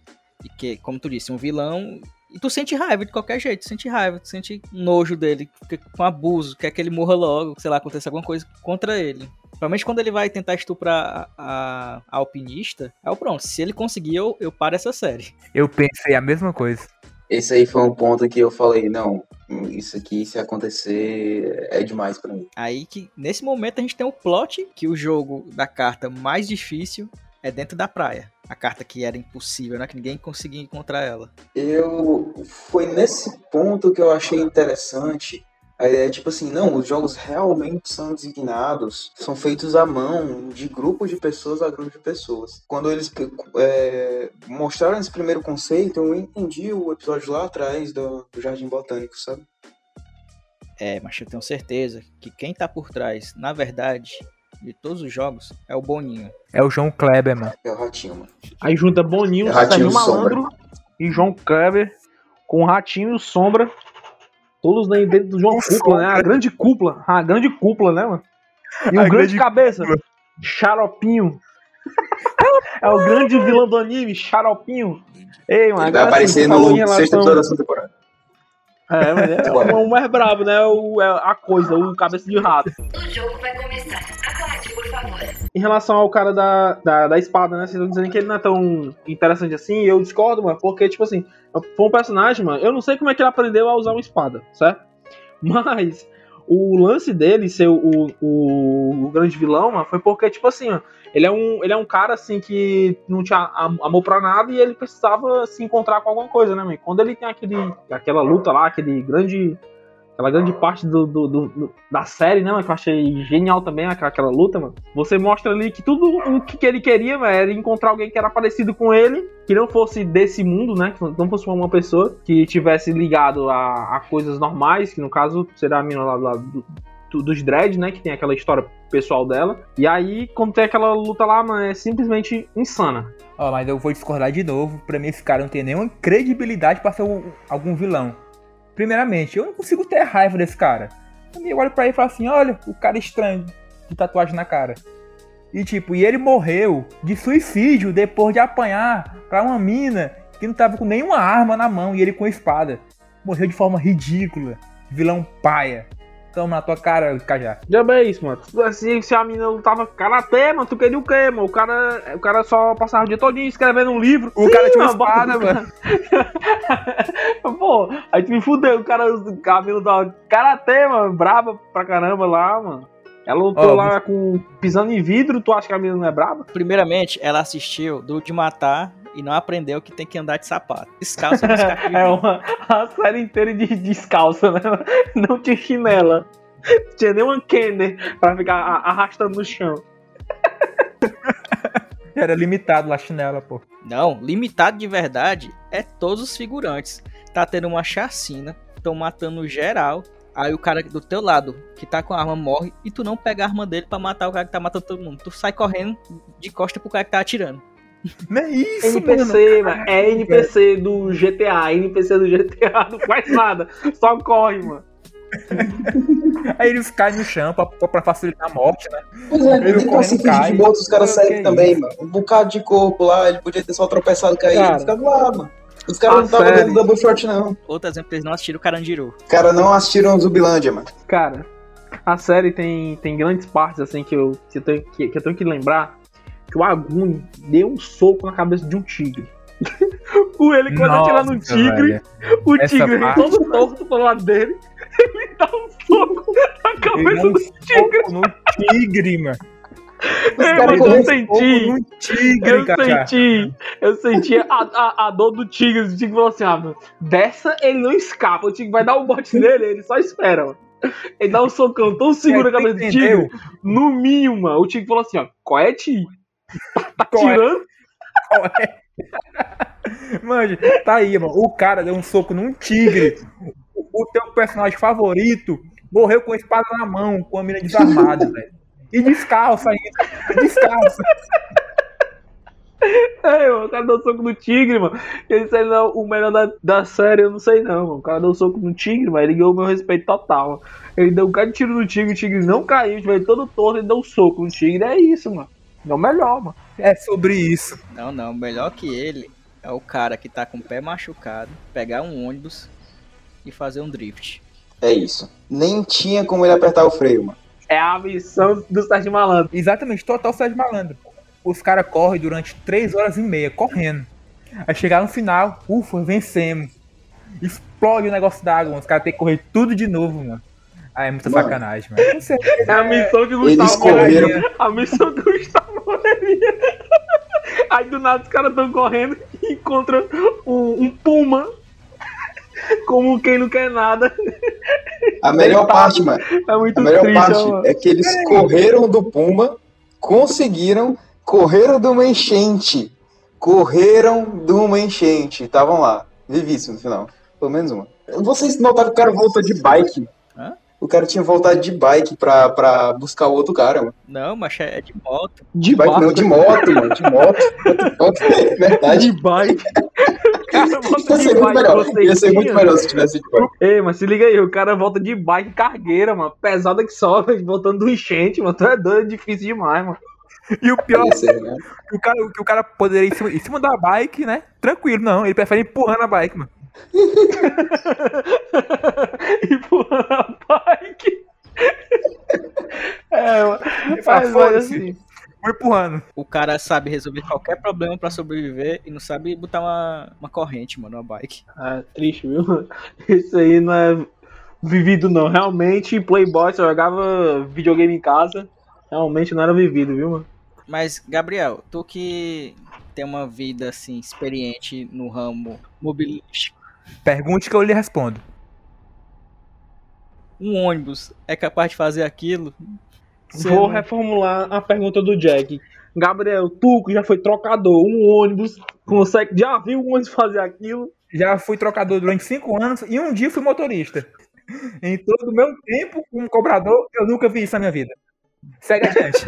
Speaker 4: que, como tu disse, um vilão. E tu sente raiva de qualquer jeito, tu sente nojo dele, com abuso, quer que ele morra logo, sei lá, aconteça alguma coisa contra ele. Principalmente quando ele vai tentar estuprar a alpinista, pronto, se ele conseguir, eu paro essa série.
Speaker 3: Eu pensei a mesma coisa.
Speaker 2: Esse aí foi um ponto que eu falei, não, isso aqui, se acontecer, é demais pra mim.
Speaker 4: Aí que, nesse momento, a gente tem o plot, que o jogo da carta mais difícil é dentro da praia. A carta que era impossível, né? Que ninguém conseguia encontrar ela.
Speaker 2: Foi nesse ponto que eu achei interessante. A ideia é tipo assim, não, os jogos realmente são designados, são feitos à mão, de grupos de pessoas a grupos de pessoas. Quando eles mostraram esse primeiro conceito, eu entendi o episódio lá atrás do Jardim Botânico, sabe?
Speaker 4: Mas eu tenho certeza que quem tá por trás, na verdade, de todos os jogos, é o Boninho.
Speaker 3: É o João Kleber, mano.
Speaker 2: É o Ratinho, mano.
Speaker 1: Aí junta Boninho, Sérgio Malandro e João Kleber com o Ratinho e o Sombra. Todos dentro de uma cúpula, né? A grande cúpula, né, mano? E o grande cabeça, Xaropinho. É o grande vilão do anime, Xaropinho. Ei, mano,
Speaker 2: ele vai aparecer no sexto episódio dessa temporada.
Speaker 1: Mas o mais brabo, né? A coisa, o cabeça de rato.
Speaker 5: O jogo vai começar. Aguarde, por favor.
Speaker 1: Em relação ao cara da espada, né? Vocês estão dizendo que ele não é tão interessante assim. Eu discordo, mano, porque, tipo assim, foi um personagem, mano. Eu não sei como é que ele aprendeu a usar uma espada, certo? Mas o lance dele ser o grande vilão, mano, foi porque, tipo assim, ó, ele é um cara, assim, que não tinha amor pra nada e ele precisava se encontrar com alguma coisa, né, mano? Quando ele tem aquela luta lá, aquela grande parte da série, né, mano, que eu achei genial também, aquela luta, mano. Você mostra ali que tudo o que ele queria, mano, era encontrar alguém que era parecido com ele, que não fosse desse mundo, né, que não fosse uma pessoa que tivesse ligado a coisas normais, que no caso será a mina lá do dos Dredd, né? Que tem aquela história pessoal dela. E aí, quando tem aquela luta lá, mano, é simplesmente insana.
Speaker 3: Ó, mas eu vou discordar de novo. Pra mim, esse cara não tem nenhuma credibilidade pra ser algum vilão. Primeiramente, eu não consigo ter raiva desse cara. Eu olho pra ele e falo assim, olha, o cara estranho, de tatuagem na cara. E tipo, ele morreu de suicídio depois de apanhar pra uma mina que não tava com nenhuma arma na mão e ele com espada. Morreu de forma ridícula. Vilão paia. Toma na tua cara, Cajá.
Speaker 1: Já bem é isso, mano. Assim, se a mina lutava karatê, mano, tu queria o quê, mano? O cara só passava o dia todinho escrevendo um livro.
Speaker 3: O cara tinha uma espada, mano.
Speaker 1: Pô, aí tu me fudeu. A mina lutava karatê, mano. Braba pra caramba lá, mano. Ela lutou lá pisando em vidro. Tu acha que a mina não é braba?
Speaker 4: Primeiramente, ela assistiu Duro de Matar e não aprendeu que tem que andar de sapato. Descalça nos cacos de
Speaker 1: a série inteira de descalça, né? Não tinha chinela. Não tinha nem uma Kenner pra ficar arrastando no chão.
Speaker 3: Era limitado lá a chinela, pô.
Speaker 4: Não, limitado de verdade é todos os figurantes. Tá tendo uma chacina, estão matando geral. Aí o cara do teu lado, que tá com a arma, morre e tu não pega a arma dele pra matar o cara que tá matando todo mundo. Tu sai correndo de costa pro cara que tá atirando.
Speaker 3: Não é isso,
Speaker 1: NPC, mano. É NPC do GTA. NPC do GTA não faz nada. Só corre, mano.
Speaker 3: Aí eles caem no chão pra facilitar a morte, né?
Speaker 2: Pois é, nem com esse vídeo de moto os caras saem também, mano. Um bocado de corpo lá, ele podia ter só tropeçado e caído. Ele ficava lá, mano. Os caras não estavam dando double shot, não.
Speaker 4: Outro exemplo, eles não assistiram o Carandiru.
Speaker 2: Os caras não assistiram Zumbilândia, mano.
Speaker 1: Cara, a série tem grandes partes, assim, que eu tenho que lembrar. Que o Aguni deu um soco na cabeça de um tigre. Ele, quando atira no tigre, velho. O tigre vem todo torto pro lado dele. Ele dá um soco na cabeça do tigre.
Speaker 3: No tigre, mano.
Speaker 1: Eu senti a dor do tigre. O tigre falou assim: mano, dessa ele não escapa. O tigre vai dar um bote nele, ele só espera, mano. Ele dá um socão tão seguro na cabeça do tigre. No mínimo, mano. O tigre falou assim: ó, qual é, tigre? Tá tirando?
Speaker 3: Qual é? Mano, tá aí, mano. O cara deu um soco num tigre. O teu personagem favorito morreu com a espada na mão, com a mina desarmada, velho. E descalça ainda. Descalça.
Speaker 1: O cara deu um soco no tigre, mano. Esse aí não é o melhor da série, eu não sei não, mano. O cara deu um soco no tigre, mas ele ganhou o meu respeito total, mano. Ele deu um cara de tiro no tigre, o tigre não caiu, veio todo torto, ele deu um soco no tigre. É isso, mano. É o melhor, mano.
Speaker 3: É sobre isso.
Speaker 4: Não, melhor que ele é o cara que tá com o pé machucado, pegar um ônibus e fazer um drift.
Speaker 2: É isso. Nem tinha como ele apertar o freio, mano.
Speaker 1: É a missão do Sérgio Malandro.
Speaker 3: Exatamente, total Sérgio Malandro. Os caras correm durante 3 horas e meia, correndo. Aí chegar no final, ufa, vencemos. Explode o negócio da água, mano. Os caras têm que correr tudo de novo, mano. Ah, é muita sacanagem, mano.
Speaker 1: É a missão que o Gustavo morreria. A missão que o Gustavo morreria. Aí do nada os caras estão correndo e encontram um puma. Como quem não quer nada.
Speaker 2: A melhor parte, mano.
Speaker 1: É muito
Speaker 2: a melhor
Speaker 1: triste,
Speaker 2: parte
Speaker 1: mano.
Speaker 2: É que eles correram do puma, conseguiram, correram de uma enchente. Estavam lá. Vivíssimo no final. Pelo menos uma. Vocês notaram que o cara voltou de bike?
Speaker 4: Hã?
Speaker 2: O cara tinha voltado de bike pra buscar o outro cara, mano.
Speaker 4: Não, mas é de moto.
Speaker 2: De bike não, de moto, mano. De moto. É verdade.
Speaker 1: De bike.
Speaker 2: Ia ser muito melhor se tivesse de bike.
Speaker 1: Ei, mas se liga aí, o cara volta de bike cargueira, mano. Pesada que sobe, voltando do enchente, mano. Tu é doido, é difícil demais, mano.
Speaker 3: E o pior
Speaker 2: ser, né?
Speaker 3: que o cara poderia ir em cima da bike, né? Tranquilo, não. Ele prefere empurrando a bike, mano.
Speaker 1: Empurrando a bike. Mano.
Speaker 3: Mas assim, vou empurrando.
Speaker 4: O cara sabe resolver qualquer problema pra sobreviver e não sabe botar uma corrente, mano, uma bike.
Speaker 1: Ah, triste, viu? Isso aí não é vivido, não. Realmente, Playboy só jogava videogame em casa. Realmente não era vivido, viu, mano?
Speaker 4: Mas, Gabriel, tu que tem uma vida, assim, experiente no ramo mobilístico.
Speaker 3: Pergunte que eu lhe respondo.
Speaker 4: Um ônibus é capaz de fazer aquilo?
Speaker 1: Vou reformular a pergunta do Jack. Gabriel, tu que já foi trocador, um ônibus, já viu um ônibus fazer aquilo?
Speaker 3: Já fui trocador durante 5 anos e um dia fui motorista. Em todo o meu tempo como cobrador, eu nunca vi isso na minha vida. Segue adiante.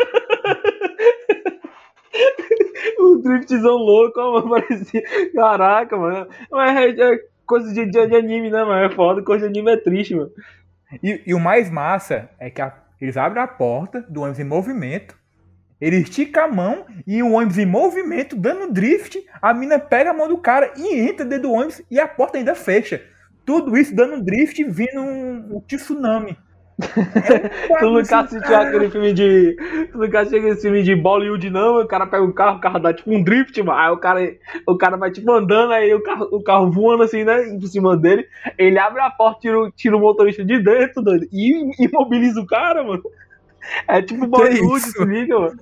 Speaker 1: O driftzão louco, ó, mano, parecia. Caraca, mano. Mas é coisa de anime, né, mano? É foda, coisa de anime é triste, mano.
Speaker 3: E o mais massa é que eles abrem a porta do ônibus em movimento, ele estica a mão e o ônibus em movimento, dando drift, a mina pega a mão do cara e entra dentro do ônibus e a porta ainda fecha. Tudo isso dando drift, vindo um tsunami.
Speaker 1: Tu nunca assistiu aquele filme de. Tu nunca assistiu aquele filme de Bollywood, não? O cara pega o carro dá tipo um drift, mano. Aí o cara vai tipo andando, aí o carro voando assim, né? Por cima dele. Ele abre a porta, tira o motorista de dentro, doido, e imobiliza o cara, mano. É tipo Bollywood, se liga, mano.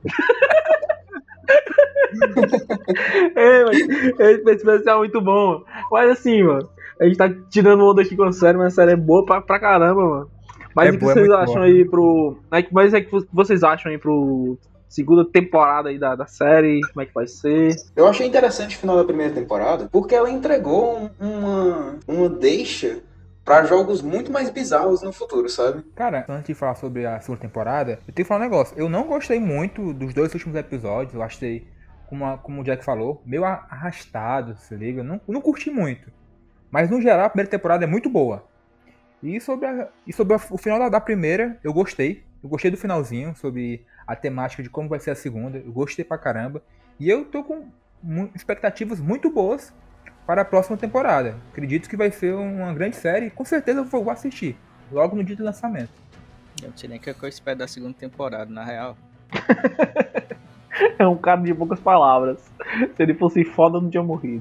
Speaker 1: Esse especial é muito bom, mano. Mas assim, mano, a gente tá tirando onda aqui com a série, mas a série é boa pra caramba, mano. Mas o que vocês acham aí pro. Mas é que vocês acham aí pro segunda temporada aí da série? Como é que vai ser?
Speaker 2: Eu achei interessante o final da primeira temporada, porque ela entregou uma deixa pra jogos muito mais bizarros no futuro, sabe?
Speaker 3: Cara, antes de falar sobre a segunda temporada, eu tenho que falar um negócio. Eu não gostei muito dos 2 últimos episódios. Eu achei, como o Jack falou, meio arrastado, se liga. Não curti muito. Mas no geral, a primeira temporada é muito boa. E sobre o final da primeira, eu gostei. Eu gostei do finalzinho, sobre a temática de como vai ser a segunda. Eu gostei pra caramba. E eu tô com expectativas muito boas para a próxima temporada. Acredito que vai ser uma grande série. Com certeza eu vou assistir, logo no dia do lançamento.
Speaker 4: Eu não sei nem o que eu espero da segunda temporada, na real.
Speaker 1: É um cara de poucas palavras. Se ele fosse foda, não tinha morrido.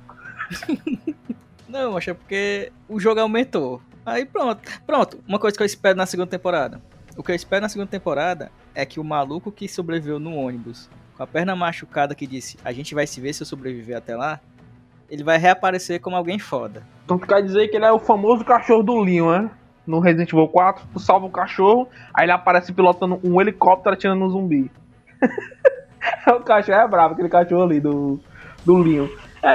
Speaker 4: Não, acho que é porque o jogo aumentou. Aí pronto. Uma coisa que eu espero na segunda temporada. O que eu espero na segunda temporada é que o maluco que sobreviveu no ônibus, com a perna machucada, que disse, a gente vai se ver se eu sobreviver até lá, ele vai reaparecer como alguém foda.
Speaker 1: Então tu quer dizer que ele é o famoso cachorro do Leon, né? No Resident Evil 4, tu salva o cachorro, aí ele aparece pilotando um helicóptero atirando no zumbi. O cachorro é bravo, aquele cachorro ali do Leon.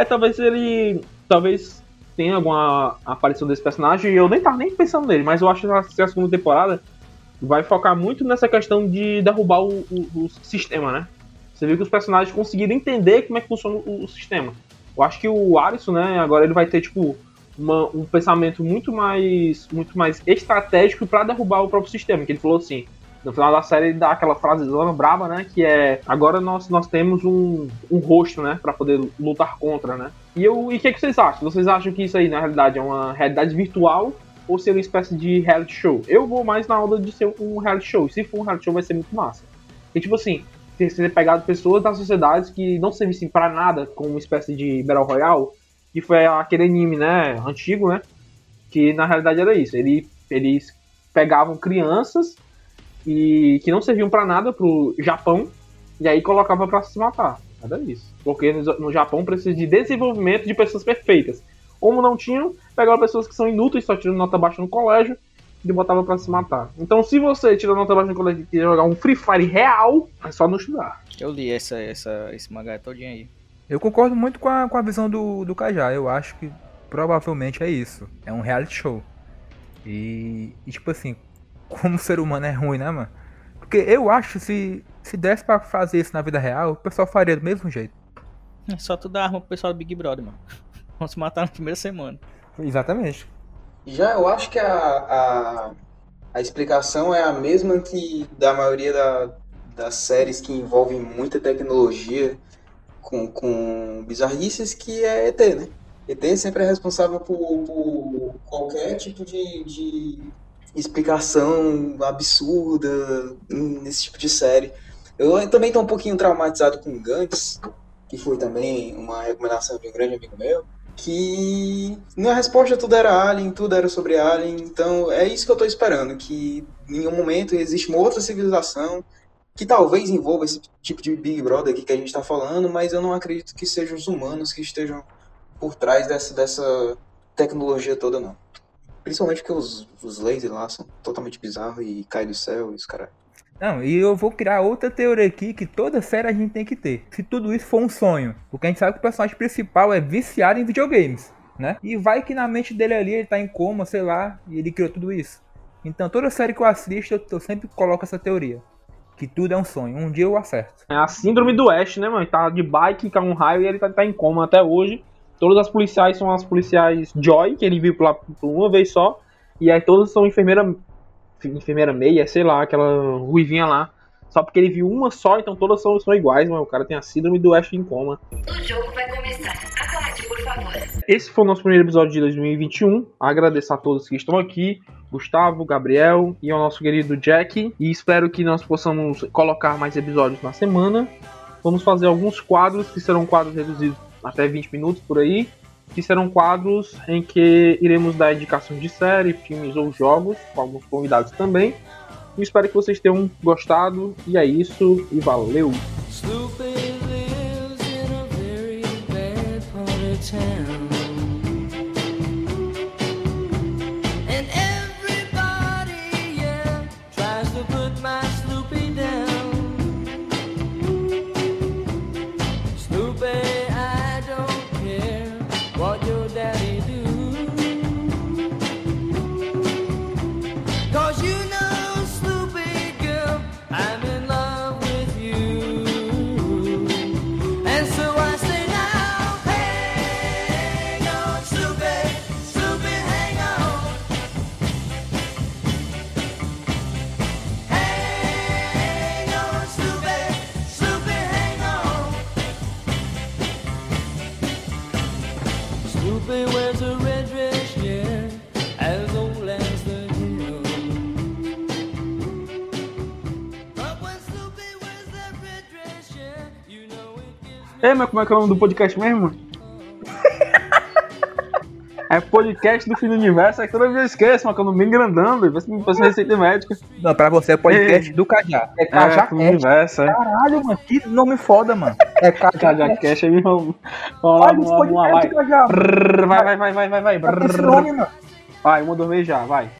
Speaker 1: Talvez tenha alguma aparição desse personagem, e eu nem tava nem pensando nele, mas eu acho que a segunda temporada vai focar muito nessa questão de derrubar o sistema, né? Você viu que os personagens conseguiram entender como é que funciona o sistema. Eu acho que o Alisson, né, agora ele vai ter, tipo, um pensamento muito mais estratégico para derrubar o próprio sistema, que ele falou assim, no final da série ele dá aquela frasezona braba, né, que é, agora nós temos um rosto, né, para poder lutar contra, né. E o que vocês acham? Vocês acham que isso aí, na realidade, é uma realidade virtual ou ser uma espécie de reality show? Eu vou mais na onda de ser um reality show. Se for um reality show, vai ser muito massa. E, tipo assim, ter pegado pessoas da sociedade que não servissem pra nada, como uma espécie de Battle Royale, que foi aquele anime, né, antigo, né, que na realidade era isso. Eles pegavam crianças e que não serviam pra nada pro Japão, e aí colocavam pra se matar. Era isso. Porque no Japão precisa de desenvolvimento de pessoas perfeitas. Como não tinham, pegavam pessoas que são inúteis, só tiram nota baixa no colégio, e botava pra se matar. Então, se você tirou nota baixa no colégio e quer jogar um Free Fire real, é só não estudar.
Speaker 4: Eu li esse mangá todinho aí.
Speaker 3: Eu concordo muito com a visão do Cajá. Eu acho que provavelmente é isso. É um reality show. E tipo assim, como o ser humano é ruim, né, mano? Porque eu acho que se desse pra fazer isso na vida real, o pessoal faria do mesmo jeito.
Speaker 4: É só tu dar arma pro pessoal do Big Brother, mano. Vão se matar na primeira semana.
Speaker 3: Exatamente.
Speaker 2: Já eu acho que a explicação é a mesma que da maioria das séries que envolvem muita tecnologia com bizarrices, que é ET, né? ET sempre é responsável por qualquer tipo de explicação absurda nesse tipo de série. Eu também estou um pouquinho traumatizado com Gantz, que foi também uma recomendação de um grande amigo meu, que na resposta tudo era Alien, tudo era sobre Alien, então é isso que eu tô esperando, que em um momento existe uma outra civilização que talvez envolva esse tipo de Big Brother aqui que a gente tá falando, mas eu não acredito que sejam os humanos que estejam por trás dessa tecnologia toda, não. Principalmente porque os lasers lá são totalmente bizarros e caem do céu e os caras.
Speaker 3: Não, e eu vou criar outra teoria aqui que toda série a gente tem que ter. Se tudo isso for um sonho. Porque a gente sabe que o personagem principal é viciado em videogames. né? E vai que na mente dele ali ele tá em coma, sei lá, e ele criou tudo isso. Então toda série que eu assisto, eu sempre coloco essa teoria. Que tudo é um sonho. Um dia eu acerto.
Speaker 1: É a síndrome do Ash, né, mano? Ele tá de bike, cai um raio e ele tá em coma até hoje. Todas as policiais são as policiais Joy, que ele viu por uma vez só. E aí todas são enfermeira meia, sei lá, aquela ruivinha lá. Só porque ele viu uma só, então todas são iguais, mas o cara tem a síndrome do Ash em coma.
Speaker 5: O jogo vai começar. Aguarde, por favor.
Speaker 1: Esse foi o nosso primeiro episódio de 2021. Agradeço a todos que estão aqui. Gustavo, Gabriel e ao nosso querido Jack. E espero que nós possamos colocar mais episódios na semana. Vamos fazer alguns quadros, que serão quadros reduzidos até 20 minutos por aí. Que serão quadros em que iremos dar indicações de série, filmes ou jogos, com alguns convidados também. E espero que vocês tenham gostado. E é isso, e valeu!
Speaker 7: Snoopy lives in a very bad part of town. And everybody, yeah, tries to put my Snoopy down. Snoopy, I don't care what your daddy do. 'Cause you know, Snoopy girl, I'm in love with you. And so I say now, hang on, Snoopy, Snoopy, hang on. Hang on, Snoopy, Snoopy, hang on. Snoopy wears a red dress, yeah, as old as the hill. But when Snoopy wears that red dress, yeah, you know it gives me.
Speaker 1: Ei, mas como é que é o nome do podcast mesmo? É podcast do fim do universo, é que toda vez eu esqueço, mas que eu não me engrandando, vai ser receita médica.
Speaker 3: Não, pra você é podcast do Cajá. É Cajá
Speaker 1: fim do universo, é.
Speaker 3: Caralho, mano, que nome foda, mano. É
Speaker 1: Cajá Cash, aí, vamos
Speaker 3: Olha esse
Speaker 1: lá, vai.
Speaker 3: podcast, Cajá.
Speaker 1: Vai.
Speaker 3: Esse nome, mano.
Speaker 1: Vai, 1, 2 vezes já, vai.